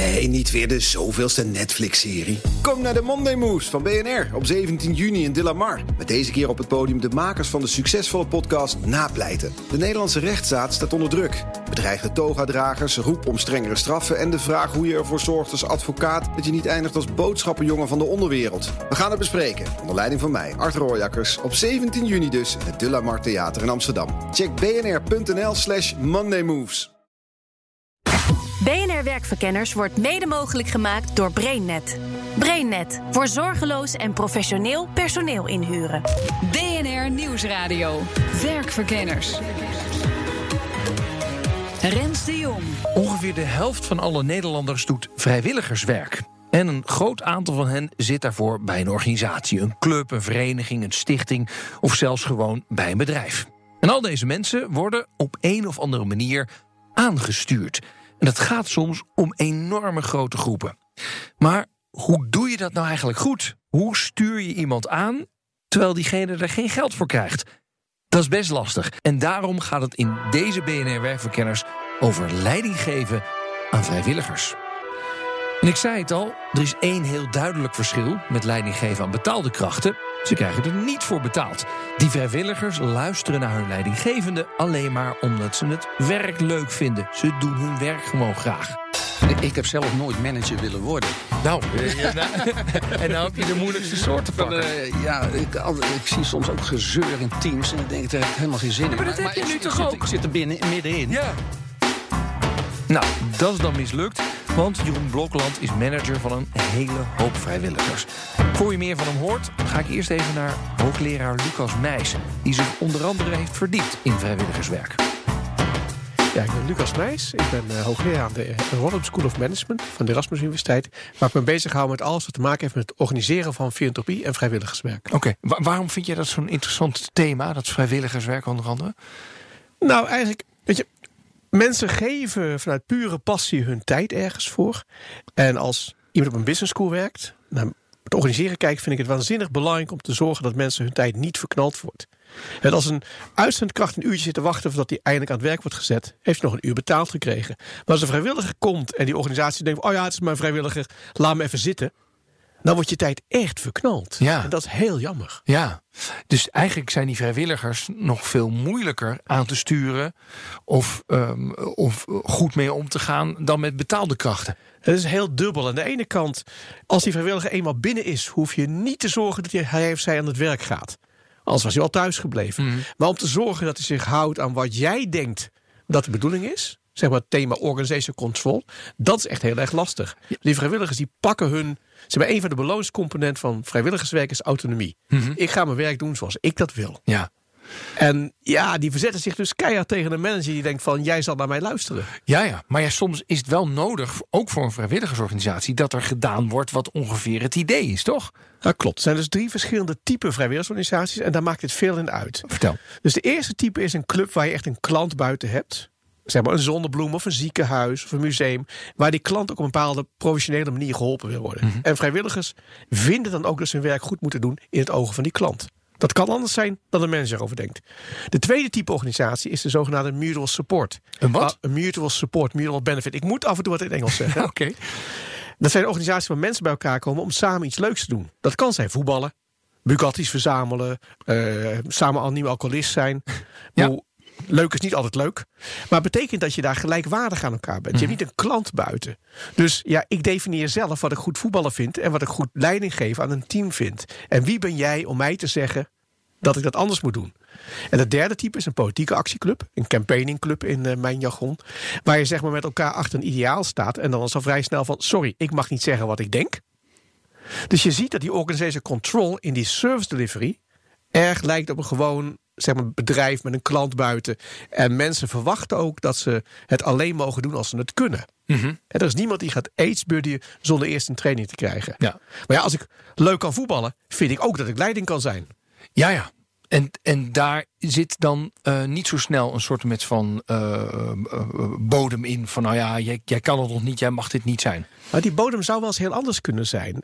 Nee, niet weer de zoveelste Netflix-serie. Kom naar de Monday Moves van BNR op 17 juni in De La Mar. Met deze keer op het podium de makers van de succesvolle podcast Napleiten. De Nederlandse rechtsstaat staat onder druk. Bedreigde toga-dragers, roep om strengere straffen... en de vraag hoe je ervoor zorgt als advocaat... dat je niet eindigt als boodschappenjongen van de onderwereld. We gaan het bespreken, onder leiding van mij, Art Rooijakkers... op 17 juni dus in het De La Mar Theater in Amsterdam. Check bnr.nl/mondaymoves. BNR Werkverkenners wordt mede mogelijk gemaakt door BrainNet. BrainNet, voor zorgeloos en professioneel personeel inhuren. BNR Nieuwsradio. Werkverkenners. Rens de Jong. Ongeveer de helft van alle Nederlanders doet vrijwilligerswerk. En een groot aantal van hen zit daarvoor bij een organisatie, een club, een vereniging, een stichting of zelfs gewoon bij een bedrijf. En al deze mensen worden op een of andere manier aangestuurd. En dat gaat soms om enorme grote groepen. Maar hoe doe je dat nou eigenlijk goed? Hoe stuur je iemand aan terwijl diegene er geen geld voor krijgt? Dat is best lastig. En daarom gaat het in deze BNR Werkverkenners over leiding geven aan vrijwilligers. En ik zei het al, er is één heel duidelijk verschil met leiding geven aan betaalde krachten. Ze krijgen er niet voor betaald. Die vrijwilligers luisteren naar hun leidinggevende alleen maar omdat ze het werk leuk vinden. Ze doen hun werk gewoon graag. Ik heb zelf nooit manager willen worden. Nou, en nou heb je de moeilijkste soort te pakken. Ik zie soms ook gezeur in teams en dan denk ik, daar heb ik helemaal geen zin in. Maar dat heb je nu toch ook? Ik zit er middenin. Ja. Nou, dat is dan mislukt, want Jeroen Blokland is manager van een hele hoop vrijwilligers. Voor je meer van hem hoort, ga ik eerst even naar hoogleraar Lucas Meijs, die zich onder andere heeft verdiept in vrijwilligerswerk. Ja, ik ben Lucas Meijs. Ik ben hoogleraar aan de Rotterdam School of Management van de Erasmus Universiteit, waar ik me bezighoud met alles wat te maken heeft met het organiseren van filantropie en vrijwilligerswerk. Oké, waarom vind jij dat zo'n interessant thema, dat vrijwilligerswerk onder andere? Nou, eigenlijk, weet je, mensen geven vanuit pure passie hun tijd ergens voor. En als iemand op een business school werkt, naar het organiseren kijkt, vind ik het waanzinnig belangrijk om te zorgen dat mensen hun tijd niet verknald wordt. En als een uitzendkracht een uurtje zit te wachten voordat hij eindelijk aan het werk wordt gezet, heeft hij nog een uur betaald gekregen. Maar als een vrijwilliger komt en die organisatie denkt, oh ja, het is mijn vrijwilliger, laat me even zitten, dan wordt je tijd echt verknald. Ja. En dat is heel jammer. Ja, dus eigenlijk zijn die vrijwilligers nog veel moeilijker aan te sturen of goed mee om te gaan dan met betaalde krachten. Het is heel dubbel. Aan de ene kant, als die vrijwilliger eenmaal binnen is, hoef je niet te zorgen dat hij of zij aan het werk gaat. Anders was hij al thuis gebleven. Mm. Maar om te zorgen dat hij zich houdt aan wat jij denkt dat de bedoeling is, zeg maar het thema organization control, dat is echt heel erg lastig. Ja. Die vrijwilligers die pakken hun, zeg maar, een van de beloningscomponenten van vrijwilligerswerk is autonomie. Mm-hmm. Ik ga mijn werk doen zoals ik dat wil. Ja. En ja, die verzetten zich dus keihard tegen een manager die denkt van, jij zal naar mij luisteren. Ja, maar ja, soms is het wel nodig, ook voor een vrijwilligersorganisatie, dat er gedaan wordt wat ongeveer het idee is, toch? Dat klopt. Er zijn dus 3 verschillende typen vrijwilligersorganisaties en daar maakt het veel in uit. Vertel. Dus de eerste type is een club waar je echt een klant buiten hebt. Zeg maar een zonnebloem of een ziekenhuis of een museum, waar die klant ook op een bepaalde professionele manier geholpen wil worden. Mm-hmm. En vrijwilligers vinden dan ook dat ze hun werk goed moeten doen in het ogen van die klant. Dat kan anders zijn dan de manager over denkt. De tweede type organisatie is de zogenaamde mutual support. Een wat? Een mutual support, mutual benefit. Ik moet af en toe wat in het Engels zeggen. Oké. Dat zijn organisaties waar mensen bij elkaar komen om samen iets leuks te doen. Dat kan zijn voetballen, Bugatti's verzamelen, samen al nieuw alcoholist zijn. Ja. Leuk is niet altijd leuk. Maar het betekent dat je daar gelijkwaardig aan elkaar bent. Je hebt niet een klant buiten. Dus ja, ik definieer zelf wat ik goed voetballen vind en wat ik goed leiding geven aan een team vind. En wie ben jij om mij te zeggen dat ik dat anders moet doen? En het derde type is een politieke actieclub. Een campaigningclub in mijn jargon. Waar je zeg maar met elkaar achter een ideaal staat. En dan is al vrij snel van, sorry, ik mag niet zeggen wat ik denk. Dus je ziet dat die organization control in die service delivery erg lijkt op een gewoon, zeg maar, bedrijf met een klant buiten. En mensen verwachten ook dat ze het alleen mogen doen als ze het kunnen. Mm-hmm. Er is niemand die gaat aidsbuddyen zonder eerst een training te krijgen. Ja. Maar ja, als ik leuk kan voetballen, vind ik ook dat ik leiding kan zijn. Ja. En daar zit dan niet zo snel een soort met van bodem in. Van nou ja, jij kan het nog niet, jij mag dit niet zijn. Maar die bodem zou wel eens heel anders kunnen zijn.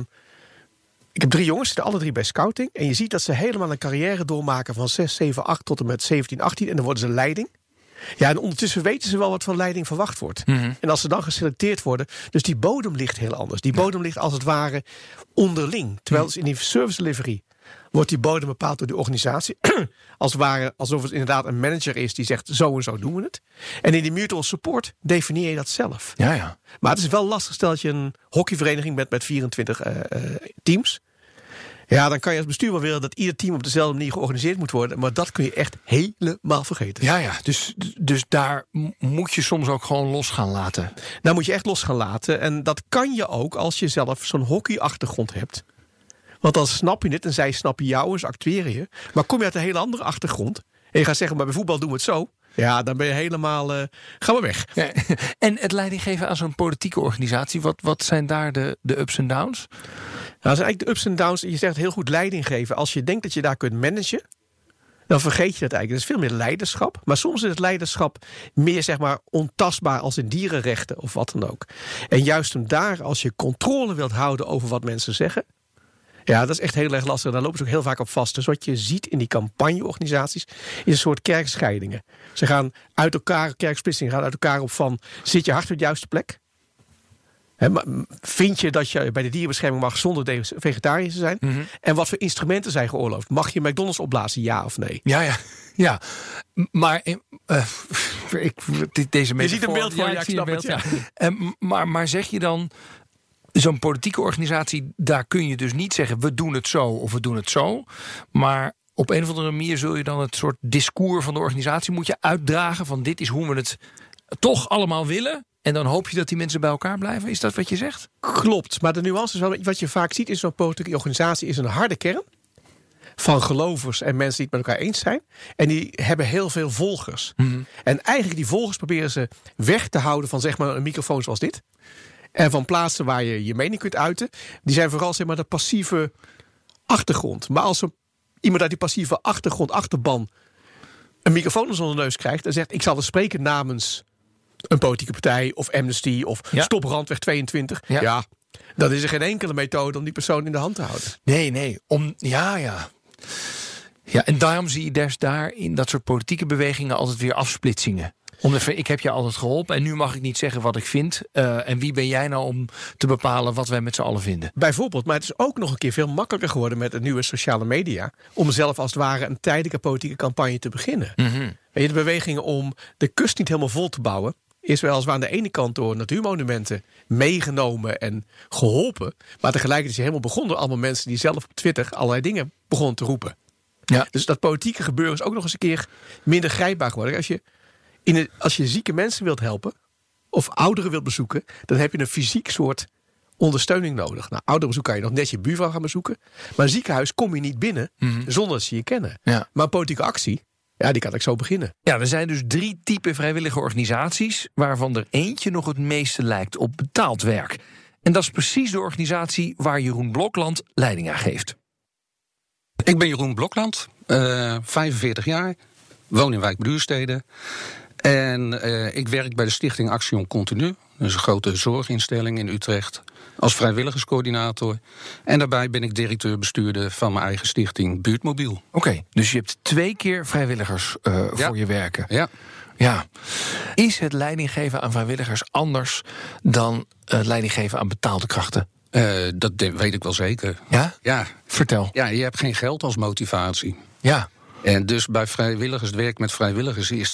Ik heb 3 jongens, zitten alle 3 bij scouting. En je ziet dat ze helemaal een carrière doormaken van 6, 7, 8 tot en met 17, 18. En dan worden ze leiding. Ja, en ondertussen weten ze wel wat van leiding verwacht wordt. Mm-hmm. En als ze dan geselecteerd worden, dus die bodem ligt heel anders. Die bodem ligt als het ware onderling. Terwijl dus in die service delivery wordt die bodem bepaald door de organisatie. Als het ware, alsof het inderdaad een manager is die zegt zo en zo doen we het. En in die mutual support definieer je dat zelf. Ja. Maar het is wel lastig, stel dat je een hockeyvereniging bent met 24 teams. Ja, dan kan je als bestuur wel willen dat ieder team op dezelfde manier georganiseerd moet worden. Maar dat kun je echt helemaal vergeten. Ja. Dus daar moet je soms ook gewoon los gaan laten. Nou moet je echt los gaan laten. En dat kan je ook als je zelf zo'n hockeyachtergrond hebt. Want dan snap je het en zij snappen jou en ze acteren je. Maar kom je uit een hele andere achtergrond en je gaat zeggen, maar bij voetbal doen we het zo. Ja, dan ben je helemaal, ga maar weg. Ja. En het leidinggeven aan zo'n politieke organisatie, wat zijn daar de ups en downs? Nou, dat zijn eigenlijk de ups en downs. Je zegt heel goed leiding geven. Als je denkt dat je daar kunt managen, dan vergeet je dat eigenlijk. Er is veel meer leiderschap. Maar soms is het leiderschap meer zeg maar ontastbaar als in dierenrechten of wat dan ook. En juist om daar, als je controle wilt houden over wat mensen zeggen, ja, dat is echt heel erg lastig. Daar lopen ze ook heel vaak op vast. Dus wat je ziet in die campagneorganisaties is een soort kerkscheidingen. Ze gaan uit elkaar, kerksplitsingen gaan uit elkaar op van, zit je hart op de juiste plek? Maar vind je dat je bij de dierenbescherming mag zonder vegetariër te zijn? Mm-hmm. En wat voor instrumenten zijn geoorloofd? Mag je McDonald's opblazen, ja of nee? Ja. Maar deze je ziet een beeld voor je, ik snap het. Ja. Maar zeg je dan, zo'n politieke organisatie, daar kun je dus niet zeggen, we doen het zo of we doen het zo. Maar op een of andere manier zul je dan het soort discours van de organisatie moet je uitdragen van dit is hoe we het toch allemaal willen. En dan hoop je dat die mensen bij elkaar blijven? Is dat wat je zegt? Klopt, maar de nuance is wel, wat je vaak ziet in zo'n politieke organisatie is een harde kern van gelovers en mensen die het met elkaar eens zijn. En die hebben heel veel volgers. Mm-hmm. En eigenlijk die volgers proberen ze weg te houden van zeg maar een microfoon zoals dit. En van plaatsen waar je je mening kunt uiten. Die zijn vooral zeg maar de passieve achtergrond. Maar als iemand uit die passieve achterban een microfoon onder de neus krijgt en zegt, ik zal er spreken namens een politieke partij of Amnesty of Stop Randweg 22. Ja, dan is er geen enkele methode om die persoon in de hand te houden. Nee. Ja, en daarom zie je dus daar in dat soort politieke bewegingen altijd weer afsplitsingen. Ik heb je altijd geholpen en nu mag ik niet zeggen wat ik vind. En wie ben jij nou om te bepalen wat wij met z'n allen vinden? Bijvoorbeeld, maar het is ook nog een keer veel makkelijker geworden met de nieuwe sociale media om zelf als het ware een tijdelijke politieke campagne te beginnen. Mm-hmm. De bewegingen om de kust niet helemaal vol te bouwen is wel eens aan de ene kant door natuurmonumenten meegenomen en geholpen. Maar tegelijkertijd is je helemaal begonnen door allemaal mensen die zelf op Twitter allerlei dingen begonnen te roepen. Ja. Dus dat politieke gebeuren is ook nog eens een keer minder grijpbaar geworden. Als je zieke mensen wilt helpen of ouderen wilt bezoeken, dan heb je een fysiek soort ondersteuning nodig. Nou, ouderenbezoek kan je nog net je buurvrouw gaan bezoeken. Maar een ziekenhuis kom je niet binnen zonder dat ze je kennen. Ja. Maar een politieke actie, ja, die kan ik zo beginnen. Ja, er zijn dus 3 typen vrijwillige organisaties, waarvan er eentje nog het meeste lijkt op betaald werk. En dat is precies de organisatie waar Jeroen Blokland leiding aan geeft. Ik ben Jeroen Blokland, 45 jaar, woon in Wijk Duurstede. En ik werk bij de stichting Action Continu. Dat is een grote zorginstelling in Utrecht. Als vrijwilligerscoördinator. En daarbij ben ik directeur-bestuurder van mijn eigen stichting Buurtmobiel. Oké, dus je hebt 2 keer vrijwilligers voor je werken. Ja. Is het leidinggeven aan vrijwilligers anders dan leidinggeven aan betaalde krachten? Dat weet ik wel zeker. Ja? Vertel. Ja, je hebt geen geld als motivatie. Ja. En dus bij vrijwilligers, het werk met vrijwilligers is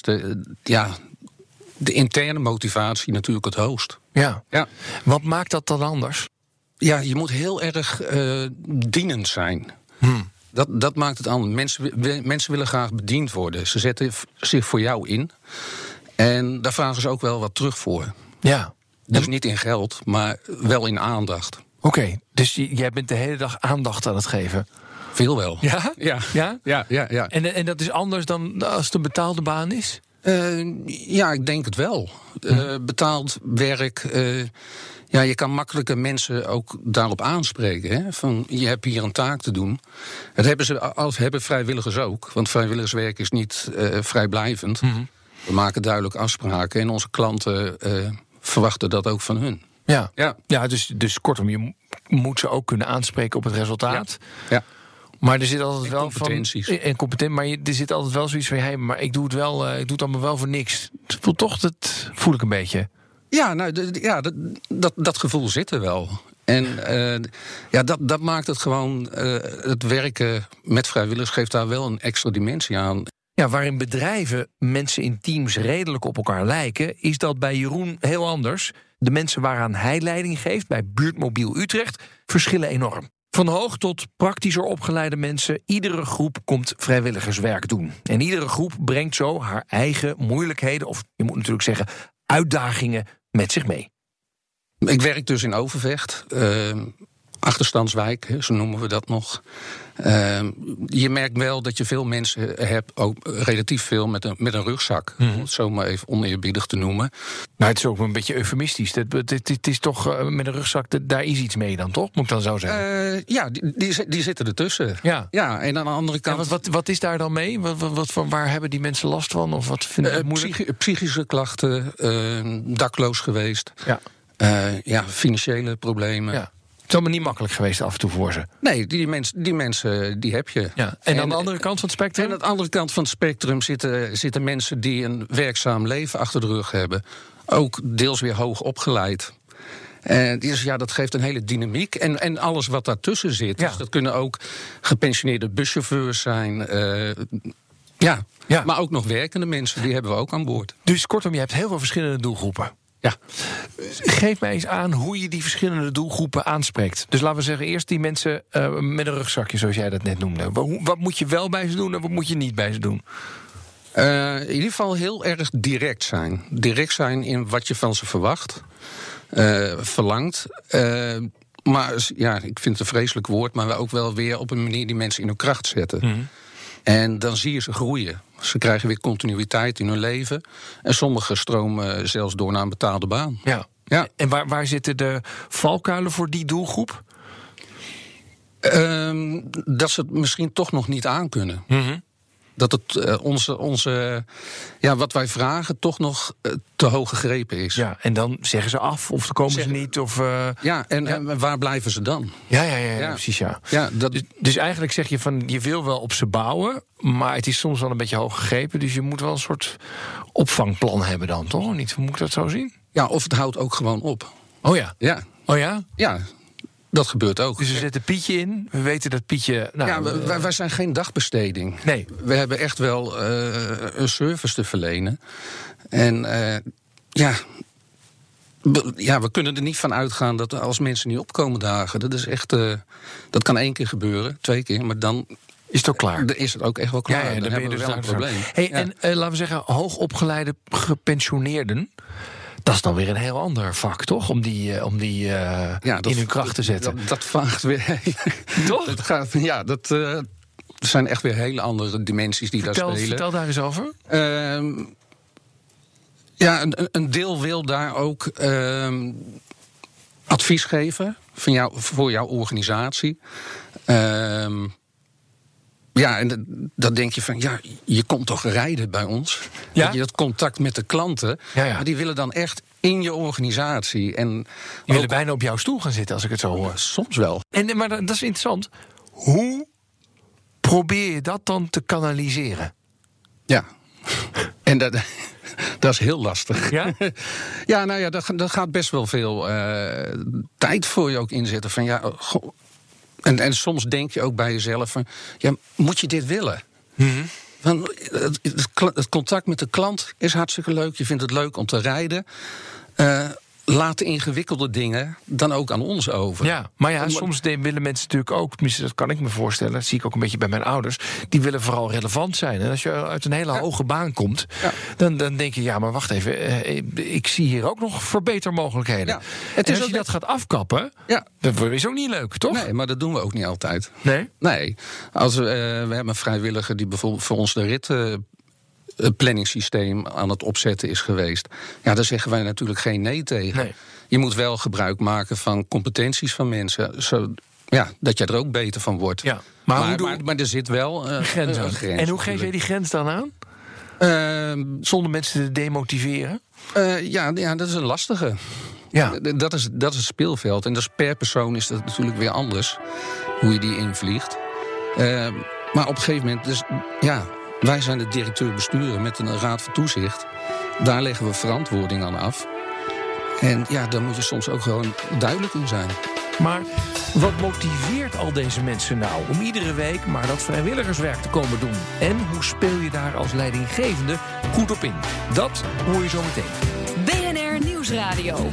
de interne motivatie natuurlijk het hoogst. Ja. Wat maakt dat dan anders? Ja, je moet heel erg dienend zijn. Dat maakt het anders. Mensen willen graag bediend worden. Ze zetten zich voor jou in. En daar vragen ze ook wel wat terug voor. Ja. Dus niet in geld, maar wel in aandacht. Oké, dus jij bent de hele dag aandacht aan het geven? Veel wel. Ja? Ja. En dat is anders dan als het een betaalde baan is? Ja, ik denk het wel. Betaald werk. Je kan makkelijker mensen ook daarop aanspreken. Hè? Van, je hebt hier een taak te doen. Dat hebben vrijwilligers ook. Want vrijwilligerswerk is niet vrijblijvend. Mm-hmm. We maken duidelijk afspraken. En onze klanten verwachten dat ook van hun. Ja, dus kortom, je moet ze ook kunnen aanspreken op het resultaat. Ja. Maar er zit altijd wel competenties. Maar er zit altijd wel zoiets van... hey, maar ik doe het allemaal wel voor niks. Het voelt toch, dat voel ik een beetje. Ja, dat gevoel zit er wel. En dat maakt het gewoon... het werken met vrijwilligers geeft daar wel een extra dimensie aan. Ja, waarin bedrijven mensen in teams redelijk op elkaar lijken... is dat bij Jeroen heel anders. De mensen waaraan hij leiding geeft, bij Buurtmobiel Utrecht... verschillen enorm. Van hoog tot praktischer opgeleide mensen... iedere groep komt vrijwilligerswerk doen. En iedere groep brengt zo haar eigen moeilijkheden... of je moet natuurlijk zeggen, uitdagingen met zich mee. Ik werk dus in Overvecht, achterstandswijk, zo noemen we dat nog. Je merkt wel dat je veel mensen hebt, ook relatief veel met een rugzak. Om het zo maar even oneerbiedig te noemen. Nou, het is ook een beetje eufemistisch. Het is toch met een rugzak, daar is iets mee dan, toch? Moet ik dan zo zeggen? Ja, die zitten ertussen. Ja, en aan de andere kant... Ja, wat is daar dan mee? Waar hebben die mensen last van? Of wat vinden ze moeilijk? Psychische klachten, dakloos geweest. Ja. Financiële problemen. Ja. Het is allemaal niet makkelijk geweest af en toe voor ze. Nee, die mensen die heb je. Ja. En aan de andere kant van het spectrum? En aan de andere kant van het spectrum zitten mensen die een werkzaam leven achter de rug hebben. Ook deels weer hoog opgeleid. Dus ja, dat geeft een hele dynamiek. En alles wat daartussen zit. Ja. Dus dat kunnen ook gepensioneerde buschauffeurs zijn. Maar ook nog werkende mensen, die hebben we ook aan boord. Dus kortom, je hebt heel veel verschillende doelgroepen. Ja. Geef mij eens aan hoe je die verschillende doelgroepen aanspreekt. Dus laten we zeggen, eerst die mensen met een rugzakje, zoals jij dat net noemde. Wat moet je wel bij ze doen en wat moet je niet bij ze doen? In ieder geval heel erg direct zijn. Direct zijn in wat je van ze verwacht, verlangt. Maar ja, ik vind het een vreselijk woord, maar ook wel weer op een manier die mensen in hun kracht zetten. Mm-hmm. En dan zie je ze groeien. Ze krijgen weer continuïteit in hun leven. En sommigen stromen zelfs door naar een betaalde baan. Ja. En waar zitten de valkuilen voor die doelgroep? Dat ze het misschien toch nog niet aankunnen. Mm-hmm. Dat het onze wat wij vragen toch nog te hoog gegrepen is. Ja, en dan zeggen ze af of dan komen ze niet. En waar blijven ze dan? Ja, precies, ja. Dus eigenlijk zeg je van, je wil wel op ze bouwen, maar het is soms wel een beetje hoog gegrepen. Dus je moet wel een soort opvangplan hebben dan, toch? Niet? Moet ik dat zo zien? Ja, of het houdt ook gewoon op. Oh ja? Ja. Oh ja? Ja. Dat gebeurt ook. Dus we zetten Pietje in. We weten dat Pietje... wij zijn geen dagbesteding. Nee. We hebben echt wel een service te verlenen. En we kunnen er niet van uitgaan dat als mensen niet opkomen dagen... dat is echt... dat kan 1 keer gebeuren, 2 keer, maar dan... Is het ook klaar? Dan is het ook echt wel klaar. Ja, dan ben je hebben we dus wel een probleem. Hey, en laten we zeggen, hoogopgeleide gepensioneerden... Dat is dan weer een heel ander vak, toch? Om die in hun kracht te zetten. Dat vraagt weer... Toch? Dat zijn echt weer hele andere dimensies die daar spelen. Vertel daar eens over. Een deel wil daar ook advies geven voor jouw organisatie. En dan denk je van, je komt toch rijden bij ons? Ja? Dat je dat contact met de klanten, maar die willen dan echt in je organisatie. En die willen bijna op jouw stoel gaan zitten, als ik het zo hoor. Soms wel. Maar dat is interessant. Hoe probeer je dat dan te kanaliseren? Ja, en dat is heel lastig. Ja? Dat gaat best wel veel tijd voor je ook inzetten. Van En soms denk je ook bij jezelf van, moet je dit willen? Mm-hmm. Want het contact met de klant is hartstikke leuk. Je vindt het leuk om te rijden. Laat de ingewikkelde dingen dan ook aan ons over. Ja, maar soms willen mensen natuurlijk ook... tenminste, dat kan ik me voorstellen, dat zie ik ook een beetje bij mijn ouders... die willen vooral relevant zijn. En als je uit een hele hoge baan komt... Dan denk je, maar wacht even... ik zie hier ook nog verbetermogelijkheden. Ja, als je dat gaat afkappen... dat is ook niet leuk, toch? Nee, maar dat doen we ook niet altijd. Nee? Nee. We hebben een vrijwilliger die bijvoorbeeld voor ons de rit... het planningssysteem aan het opzetten is geweest. Daar zeggen wij natuurlijk geen nee tegen. Nee. Je moet wel gebruik maken van competenties van mensen... dat je er ook beter van wordt. Ja. Maar er zit wel een grens. En hoe geef je die grens dan aan? Zonder mensen te demotiveren? Dat is een lastige. Ja. Dat is het speelveld. En dus per persoon is dat natuurlijk weer anders... hoe je die invliegt. Maar op een gegeven moment, dus ja, wij zijn de directeur-bestuurder met een raad van toezicht. Daar leggen we verantwoording aan af. En ja, daar moet je soms ook gewoon duidelijk in zijn. Maar wat motiveert al deze mensen nou om iedere week maar dat vrijwilligerswerk te komen doen? En hoe speel je daar als leidinggevende goed op in? Dat hoor je zo meteen. BNR Nieuwsradio.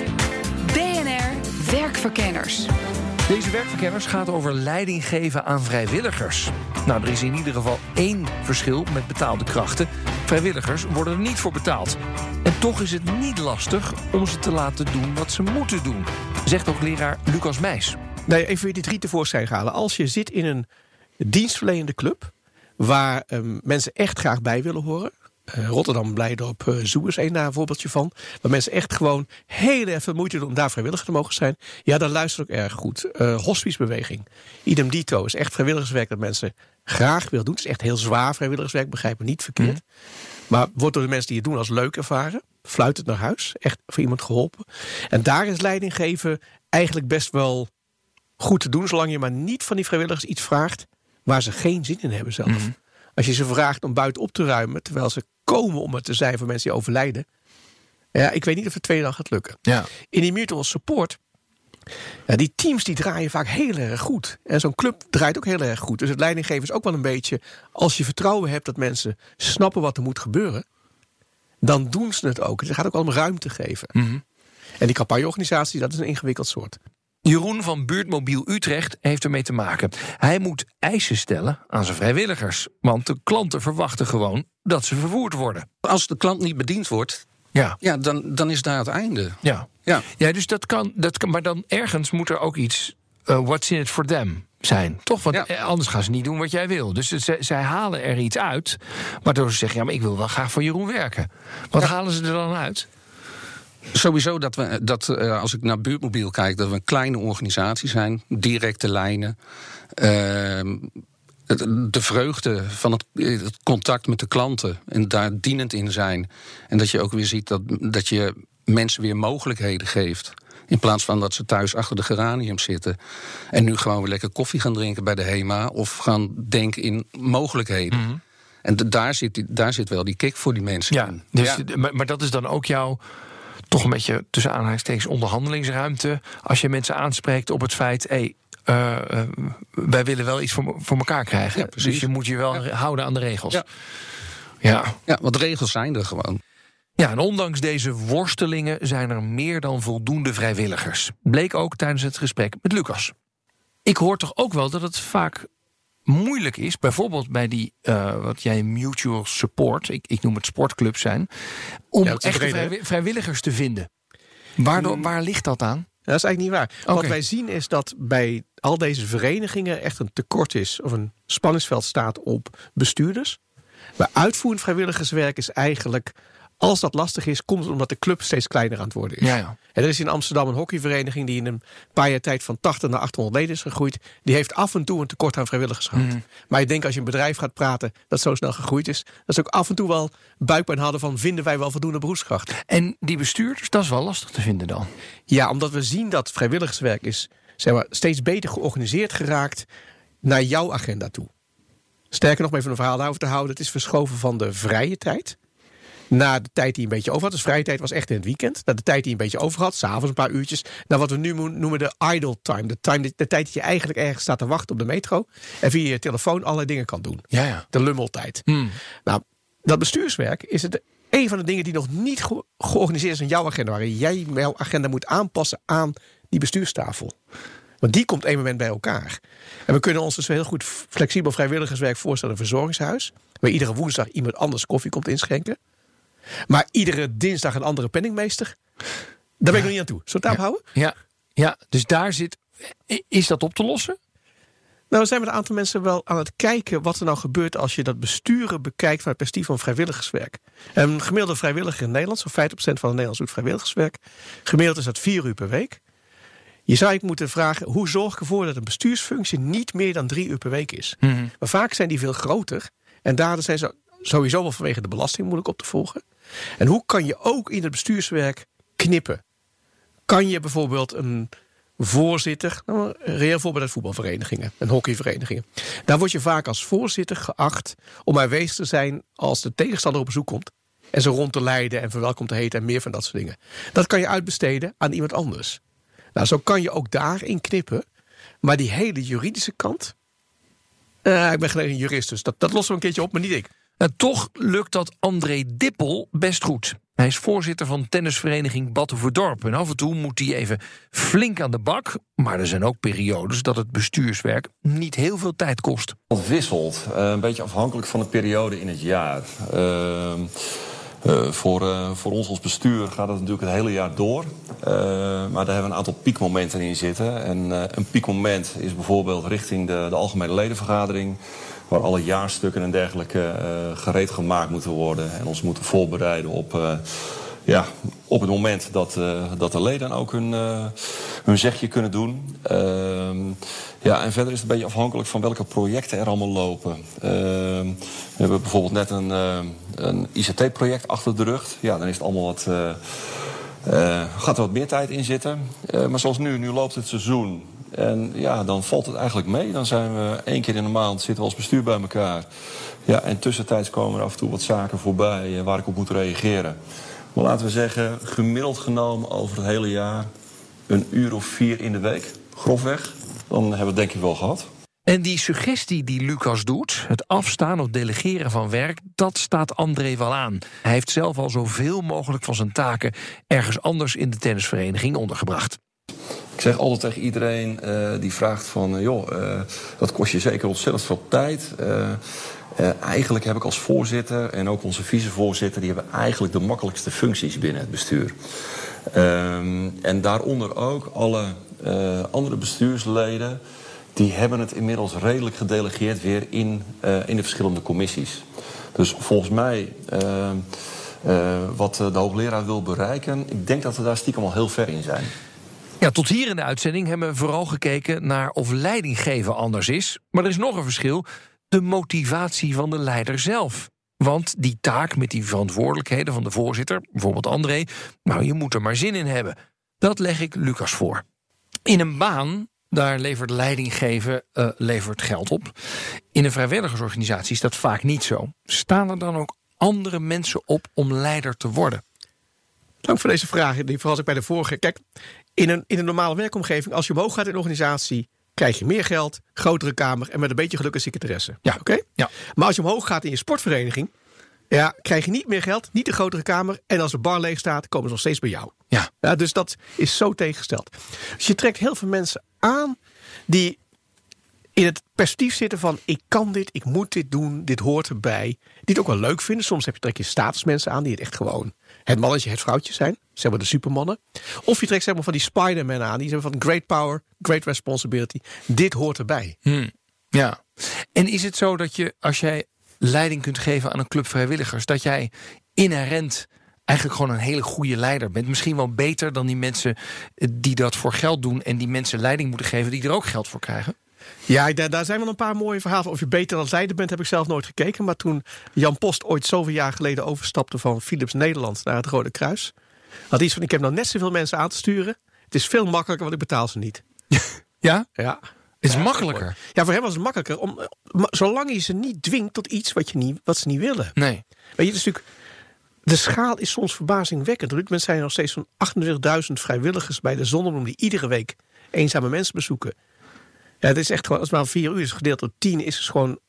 BNR Werkverkenners. Deze werkverkenners gaat over leiding geven aan vrijwilligers. Nou, er is in ieder geval één verschil met betaalde krachten. Vrijwilligers worden er niet voor betaald. En toch is het niet lastig om ze te laten doen wat ze moeten doen, zegt ook leraar Lucas Meijs. Nee, even weer die 3 tevoorschijn halen. Als je zit in een dienstverlenende club waar mensen echt graag bij willen horen. Rotterdam Blijdorp Zoo is één daar een voorbeeldje van. Waar mensen echt gewoon heel even moeite doen om daar vrijwilliger te mogen zijn. Ja, dat luistert ook erg goed. Hospicebeweging. Idem dito is echt vrijwilligerswerk dat mensen graag willen doen. Het is echt heel zwaar vrijwilligerswerk, begrijp me niet verkeerd. Maar wordt door de mensen die het doen als leuk ervaren. Fluit het naar huis. Echt voor iemand geholpen. En daar is leiding geven eigenlijk best wel goed te doen. Zolang je maar niet van die vrijwilligers iets vraagt waar ze geen zin in hebben zelf. Als je ze vraagt om buiten op te ruimen terwijl ze komen om het te zijn voor mensen die overlijden. Ja, ik weet niet of het 2 dagen gaat lukken. Ja. In die mutual support, ja, die teams die draaien vaak heel erg goed. En zo'n club draait ook heel erg goed. Dus het leidinggeven is ook wel een beetje, als je vertrouwen hebt dat mensen snappen wat er moet gebeuren, dan doen ze het ook. Dus je gaat ook allemaal ruimte geven. En die campagneorganisatie, dat is een ingewikkeld soort. Jeroen van Buurtmobiel Utrecht heeft ermee te maken. Hij moet eisen stellen aan zijn vrijwilligers. Want de klanten verwachten gewoon dat ze vervoerd worden. Als de klant niet bediend wordt, dan is daar het einde. Ja, dus dat kan. Maar dan ergens moet er ook iets what's in it for them zijn. Toch? Want anders gaan ze niet doen wat jij wil. Dus zij halen er iets uit, waardoor ze zeggen, ja, maar ik wil wel graag voor Jeroen werken. Wat halen ze er dan uit? Sowieso dat als ik naar Buurtmobiel kijk, dat we een kleine organisatie zijn, directe lijnen. De vreugde van het contact met de klanten en daar dienend in zijn. En dat je ook weer ziet dat je mensen weer mogelijkheden geeft. In plaats van dat ze thuis achter de geraniums zitten. En nu gewoon weer lekker koffie gaan drinken bij de HEMA of gaan denken in mogelijkheden. En daar zit wel die kick voor die mensen in. Dus, maar dat is dan ook jouw toch een beetje tussen aanhalingstekens onderhandelingsruimte. Als je mensen aanspreekt op het feit, wij willen wel iets voor elkaar krijgen. Ja, dus je moet je wel houden aan de regels. Ja, want regels zijn er gewoon. Ja, en ondanks deze worstelingen zijn er meer dan voldoende vrijwilligers. Bleek ook tijdens het gesprek met Lucas. Ik hoor toch ook wel dat het vaak moeilijk is, bijvoorbeeld bij die, wat jij mutual support, ik noem het sportclubs zijn, om echte vrijwilligers te vinden. Waar ligt dat aan? Dat is eigenlijk niet waar. Okay. Wat wij zien is dat bij al deze verenigingen echt een tekort is, of een spanningsveld staat op bestuurders. Maar uitvoerend vrijwilligerswerk is eigenlijk, als dat lastig is, komt het omdat de club steeds kleiner aan het worden is. Ja. En er is in Amsterdam een hockeyvereniging die in een paar jaar tijd van 80 naar 800 leden is gegroeid. Die heeft af en toe een tekort aan vrijwilligers gehad. Maar ik denk als je een bedrijf gaat praten dat zo snel gegroeid is, dat ze ook af en toe wel buikpijn hadden van, vinden wij wel voldoende beroepskrachten. En die bestuurders, dat is wel lastig te vinden dan? Ja, omdat we zien dat vrijwilligerswerk is, zeg maar, steeds beter georganiseerd geraakt naar jouw agenda toe. Sterker nog, om even een verhaal daarover te houden, het is verschoven van de vrije tijd naar de tijd die een beetje over had. Dus vrije tijd was echt in het weekend. Naar de tijd die een beetje over had, 's avonds een paar uurtjes. Naar wat we nu noemen de idle time. De tijd dat je eigenlijk ergens staat te wachten op de metro en via je telefoon allerlei dingen kan doen. Ja. De lummeltijd. Nou, dat bestuurswerk is het een van de dingen die nog niet georganiseerd is in jouw agenda. Waarin jij jouw agenda moet aanpassen aan die bestuurstafel. Want die komt één moment bij elkaar. En we kunnen ons dus heel goed flexibel vrijwilligerswerk voorstellen in een verzorgingshuis. Waar iedere woensdag iemand anders koffie komt inschenken. Maar iedere dinsdag een andere penningmeester. Daar ben ik nog niet aan toe. Zullen we het houden? Ja, dus daar zit. Is dat op te lossen? Nou, we zijn met een aantal mensen wel aan het kijken wat er nou gebeurt als je dat besturen bekijkt van het perspectief van vrijwilligerswerk. Een gemiddelde vrijwilliger in Nederland, zo'n 50% van de Nederlanders doet vrijwilligerswerk. Gemiddeld is dat 4 uur per week. Je zou je moeten vragen, hoe zorg ik ervoor dat een bestuursfunctie niet meer dan 3 uur per week is? Maar vaak zijn die veel groter. En daardoor zijn ze sowieso wel vanwege de belasting moeilijk op te volgen. En hoe kan je ook in het bestuurswerk knippen? Kan je bijvoorbeeld een voorzitter, nou, een reëel voorbeeld uit voetbalverenigingen en hockeyverenigingen. Daar word je vaak als voorzitter geacht om aanwezig te zijn als de tegenstander op bezoek komt. En ze rond te leiden en verwelkom te heten en meer van dat soort dingen. Dat kan je uitbesteden aan iemand anders. Nou, zo kan je ook daarin knippen. Maar die hele juridische kant. Ik ben geen jurist, dus dat lossen we een keertje op, maar niet ik. En toch lukt dat André Dippel best goed. Hij is voorzitter van tennisvereniging Batuverdorp. En af en toe moet hij even flink aan de bak. Maar er zijn ook periodes dat het bestuurswerk niet heel veel tijd kost. Het wisselt, een beetje afhankelijk van de periode in het jaar. Voor ons als bestuur gaat het natuurlijk het hele jaar door. Maar daar hebben we een aantal piekmomenten in zitten. En een piekmoment is bijvoorbeeld richting de algemene ledenvergadering, waar alle jaarstukken en dergelijke gereed gemaakt moeten worden. En ons moeten voorbereiden op het moment dat de leden ook hun zegje kunnen doen. En verder is het een beetje afhankelijk van welke projecten er allemaal lopen. We hebben bijvoorbeeld net een ICT-project achter de rug. Ja, dan is het allemaal gaat er wat meer tijd in zitten. Maar zoals nu loopt het seizoen. En ja, dan valt het eigenlijk mee. Dan zijn we 1 keer in de maand zitten we als bestuur bij elkaar. Ja, en tussentijds komen er af en toe wat zaken voorbij waar ik op moet reageren. Maar laten we zeggen, gemiddeld genomen over het hele jaar 1 uur of 4 in de week, grofweg. Dan hebben we het denk ik wel gehad. En die suggestie die Lucas doet, het afstaan of delegeren van werk, dat staat André wel aan. Hij heeft zelf al zoveel mogelijk van zijn taken ergens anders in de tennisvereniging ondergebracht. Ik zeg altijd tegen iedereen die vraagt van, dat kost je zeker ontzettend veel tijd. Eigenlijk heb ik als voorzitter en ook onze vicevoorzitter, die hebben eigenlijk de makkelijkste functies binnen het bestuur. En daaronder ook alle andere bestuursleden, die hebben het inmiddels redelijk gedelegeerd weer in de verschillende commissies. Dus volgens mij, wat de hoogleraar wil bereiken, ik denk dat we daar stiekem al heel ver in zijn. Ja, tot hier in de uitzending hebben we vooral gekeken naar of leidinggeven anders is. Maar er is nog een verschil, de motivatie van de leider zelf. Want die taak met die verantwoordelijkheden van de voorzitter, bijvoorbeeld André, nou, je moet er maar zin in hebben. Dat leg ik Lucas voor. In een baan, daar levert leidinggeven levert geld op. In een vrijwilligersorganisatie is dat vaak niet zo. Staan er dan ook andere mensen op om leider te worden? Dank voor deze vraag. Die was ik bij de vorige. Kijk, in een normale werkomgeving, als je omhoog gaat in een organisatie, krijg je meer geld, grotere kamer en met een beetje geluk een secretaresse. Ja. Oké? Ja. Maar als je omhoog gaat in je sportvereniging, ja, krijg je niet meer geld, niet een grotere kamer. En als de bar leeg staat, komen ze nog steeds bij jou. Ja. Dus dat is zo tegengesteld. Dus je trekt heel veel mensen aan die in het perspectief zitten van, ik kan dit, ik moet dit doen, dit hoort erbij. Die het ook wel leuk vinden. Soms trek je statusmensen aan die het echt gewoon het mannetje, het vrouwtje zijn. Zeg maar de supermannen. Of je trekt zeg maar van die Spider-Man aan. Die zeggen van great power, great responsibility. Dit hoort erbij. Ja. En is het zo dat je, als jij leiding kunt geven aan een club vrijwilligers, dat jij inherent eigenlijk gewoon een hele goede leider bent? Misschien wel beter dan die mensen die dat voor geld doen en die mensen leiding moeten geven die er ook geld voor krijgen? Ja, daar zijn wel een paar mooie verhalen. Of je beter dan leider bent, heb ik zelf nooit gekeken. Maar toen Jan Post ooit zoveel jaar geleden overstapte van Philips Nederland naar het Rode Kruis, had iets van, ik heb nou net zoveel mensen aan te sturen. Het is veel makkelijker, want ik betaal ze niet. Ja? Ja. Het is makkelijker. Ja, voor hem was het makkelijker. Zolang je ze niet dwingt tot iets wat ze niet willen. Nee. Weet je, het is natuurlijk, de schaal is soms verbazingwekkend. Op dit moment zijn er nog steeds zo'n 28.000 vrijwilligers bij de Zonnebloem die iedere week eenzame mensen bezoeken. Ja, het is echt gewoon, als het maar 4 uur is gedeeld door 10, is het gewoon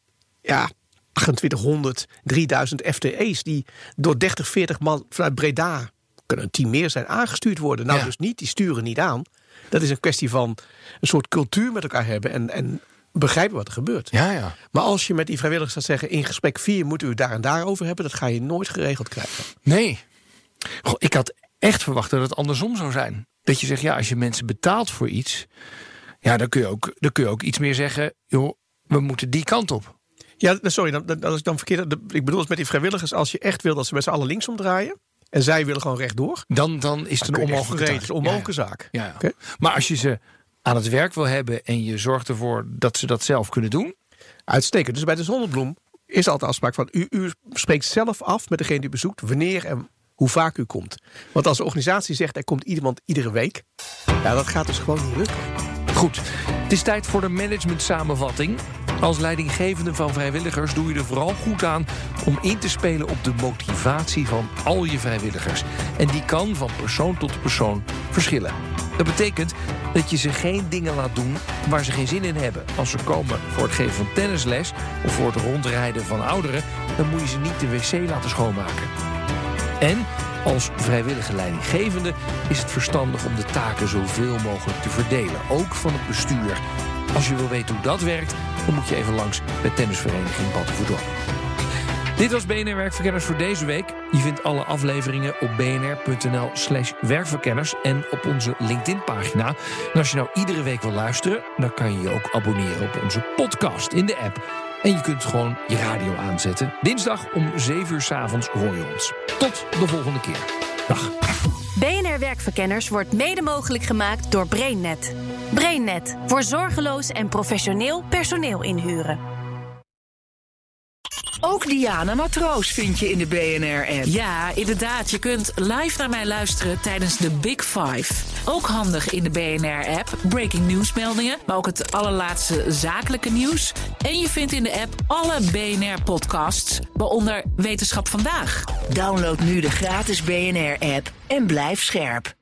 2800, 3000 FTE's die door 30, 40 man vanuit Breda, kunnen een team meer zijn, aangestuurd worden. Nou, dus niet, die sturen niet aan. Dat is een kwestie van een soort cultuur met elkaar hebben en begrijpen wat er gebeurt. Ja. Maar als je met die vrijwilligers gaat zeggen, in gesprek 4 moeten we daar en daarover hebben, dat ga je nooit geregeld krijgen. Nee. Goh, ik had echt verwacht dat het andersom zou zijn. Dat je zegt, als je mensen betaalt voor iets, ja, dan kun je ook iets meer zeggen, joh, we moeten die kant op. Ja, sorry, dat is dan verkeerd. Ik bedoel, met die vrijwilligers, als je echt wil dat ze met z'n allen linksom draaien en zij willen gewoon rechtdoor, dan is het een onmogelijke zaak. Ja. Okay. Maar als je ze aan het werk wil hebben en je zorgt ervoor dat ze dat zelf kunnen doen, uitstekend. Dus bij de Zonnebloem is altijd afspraak van, u spreekt zelf af met degene die bezoekt wanneer en hoe vaak u komt. Want als de organisatie zegt, er komt iemand iedere week, Ja, dat gaat dus gewoon niet lukken. Goed, het is tijd voor de managementsamenvatting. Als leidinggevende van vrijwilligers doe je er vooral goed aan om in te spelen op de motivatie van al je vrijwilligers. En die kan van persoon tot persoon verschillen. Dat betekent dat je ze geen dingen laat doen waar ze geen zin in hebben. Als ze komen voor het geven van tennisles of voor het rondrijden van ouderen, dan moet je ze niet de wc laten schoonmaken. En als vrijwillige leidinggevende is het verstandig om de taken zoveel mogelijk te verdelen. Ook van het bestuur. Als je wil weten hoe dat werkt, dan moet je even langs bij tennisvereniging Battenverdorp. Dit was BNR Werkverkenners voor deze week. Je vindt alle afleveringen op bnr.nl/werkverkenners en op onze LinkedIn-pagina. En als je nou iedere week wil luisteren, dan kan je je ook abonneren op onze podcast in de app. En je kunt gewoon je radio aanzetten. Dinsdag om 7:00 s'avonds hoor je ons. Tot de volgende keer. Dag. BNR Werkverkenners wordt mede mogelijk gemaakt door BrainNet. BrainNet, voor zorgeloos en professioneel personeel inhuren. Ook Diana Matroos vind je in de BNR-app. Ja, inderdaad. Je kunt live naar mij luisteren tijdens de Big Five. Ook handig in de BNR-app. Breaking nieuwsmeldingen, maar ook het allerlaatste zakelijke nieuws. En je vindt in de app alle BNR-podcasts, waaronder Wetenschap Vandaag. Download nu de gratis BNR-app en blijf scherp.